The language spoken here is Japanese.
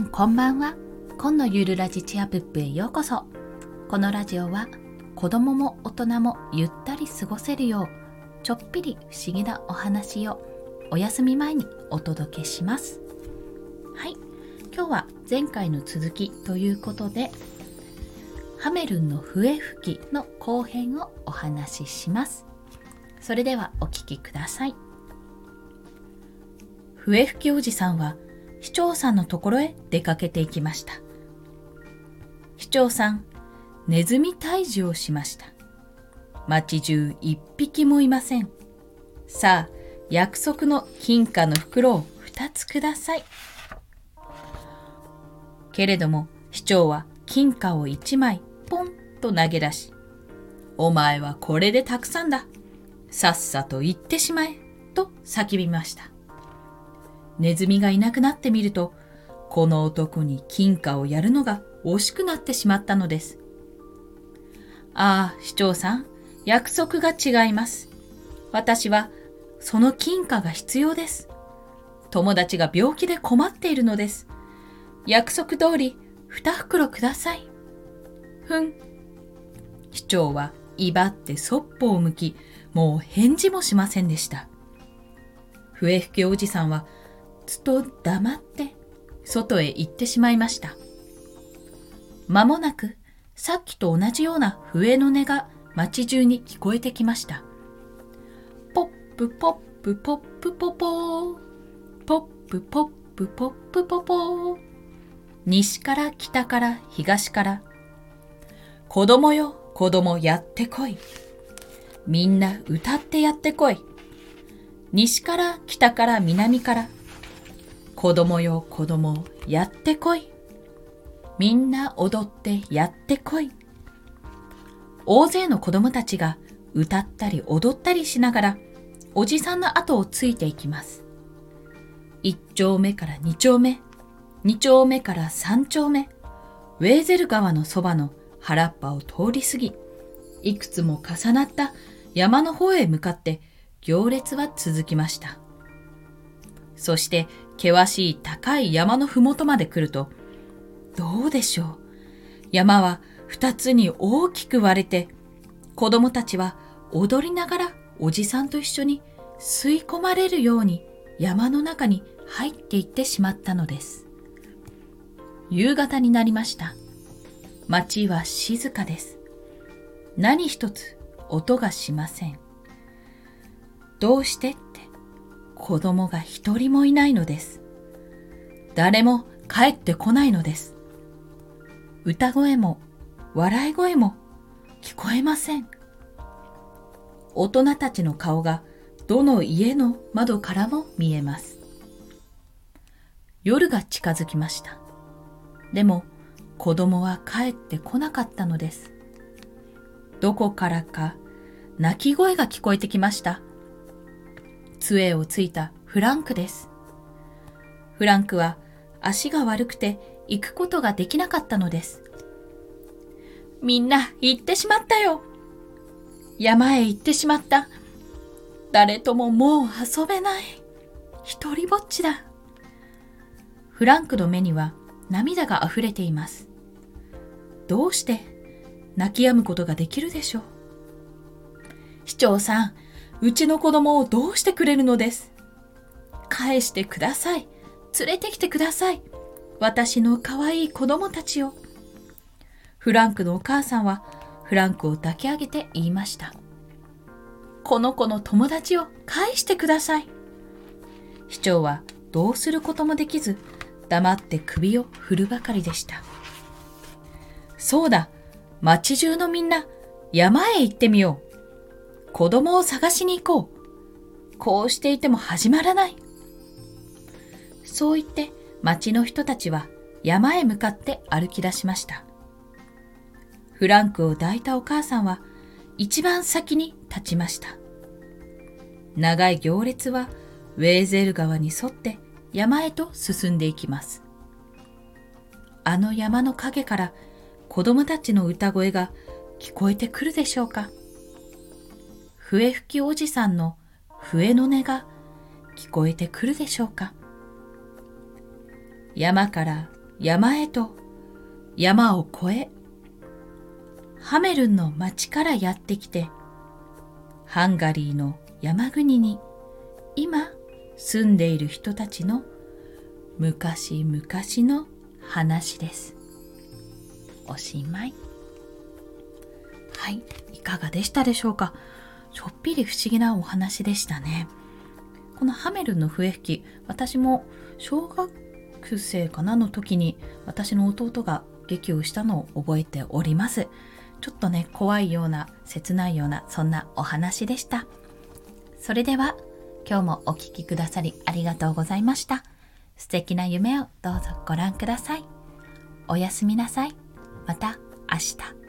んこんばんは。今のゆるラジチアプップへようこそ。このラジオは子供も大人もゆったり過ごせるようちょっぴり不思議なお話をお休み前にお届けします。はい、今日は前回の続きということでハメルンの笛吹きの後編をお話しします。それではお聞きください。笛吹きおじさんは市長さんのところへ出かけていきました。市長さん、ネズミ退治をしました。町中一匹もいません。さあ、約束の金貨の袋を2つください。けれども市長は金貨を1枚ポンと投げ出し、お前はこれでたくさんだ。さっさと行ってしまえと叫びました。ネズミがいなくなってみると、この男に金貨をやるのが惜しくなってしまったのです。ああ、市長さん、約束が違います。私はその金貨が必要です。友達が病気で困っているのです。約束通り2袋ください。ふん。市長は威張ってそっぽを向き、もう返事もしませんでした。笛吹きおじさんはずっと黙って外へ行ってしまいました。間もなくさっきと同じような笛の音が町中に聞こえてきました。ポップポップポップポポー、ポップポップポップポポー。西から北から東から、子供よ子供やってこい。みんな歌ってやってこい。西から北から南から、子供よ子供やってこい。みんな踊ってやってこい。大勢の子供たちが歌ったり踊ったりしながらおじさんの後をついていきます。1丁目から2丁目、2丁目から3丁目、ウェーゼル川のそばの原っぱを通り過ぎ、いくつも重なった山の方へ向かって行列は続きました。そして険しい高い山のふもとまで来ると、どうでしょう。山は2つに大きく割れて、子供たちは踊りながらおじさんと一緒に吸い込まれるように山の中に入っていってしまったのです。夕方になりました。町は静かです。何一つ音がしません。どうしてって子供が一人もいないのです。誰も帰ってこないのです。歌声も笑い声も聞こえません。大人たちの顔がどの家の窓からも見えます。夜が近づきました。でも子供は帰ってこなかったのです。どこからか泣き声が聞こえてきました。杖をついたフランクです。フランクは足が悪くて行くことができなかったのです。みんな行ってしまったよ。山へ行ってしまった。誰とももう遊べない。一人ぼっちだ。フランクの目には涙があふれています。どうして泣き止むことができるでしょう。市長さん、うちの子供をどうしてくれるのです。返してください。連れてきてください。私の可愛い子供たちを。フランクのお母さんはフランクを抱き上げて言いました。この子の友達を返してください。市長はどうすることもできず、黙って首を振るばかりでした。そうだ、町中のみんな山へ行ってみよう。子供を探しに行こう。こうしていても始まらない。そう言って町の人たちは山へ向かって歩き出しました。フランクを抱いたお母さんは一番先に立ちました。長い行列はウェーゼル川に沿って山へと進んでいきます。あの山の陰から子供たちの歌声が聞こえてくるでしょうか。笛吹きおじさんの笛の音が聞こえてくるでしょうか。山から山へと山を越え、ハメルンの町からやってきて、ハンガリーの山国に今住んでいる人たちの昔々の話です。おしまい。はい、いかがでしたでしょうか。ちょっぴり不思議なお話でしたね。このハメルンの笛吹き、私も小学生かなの時に私の弟が劇をしたのを覚えております。ちょっとね、怖いような切ないようなそんなお話でした。それでは今日もお聞きくださりありがとうございました。素敵な夢をどうぞご覧ください。おやすみなさい。また明日。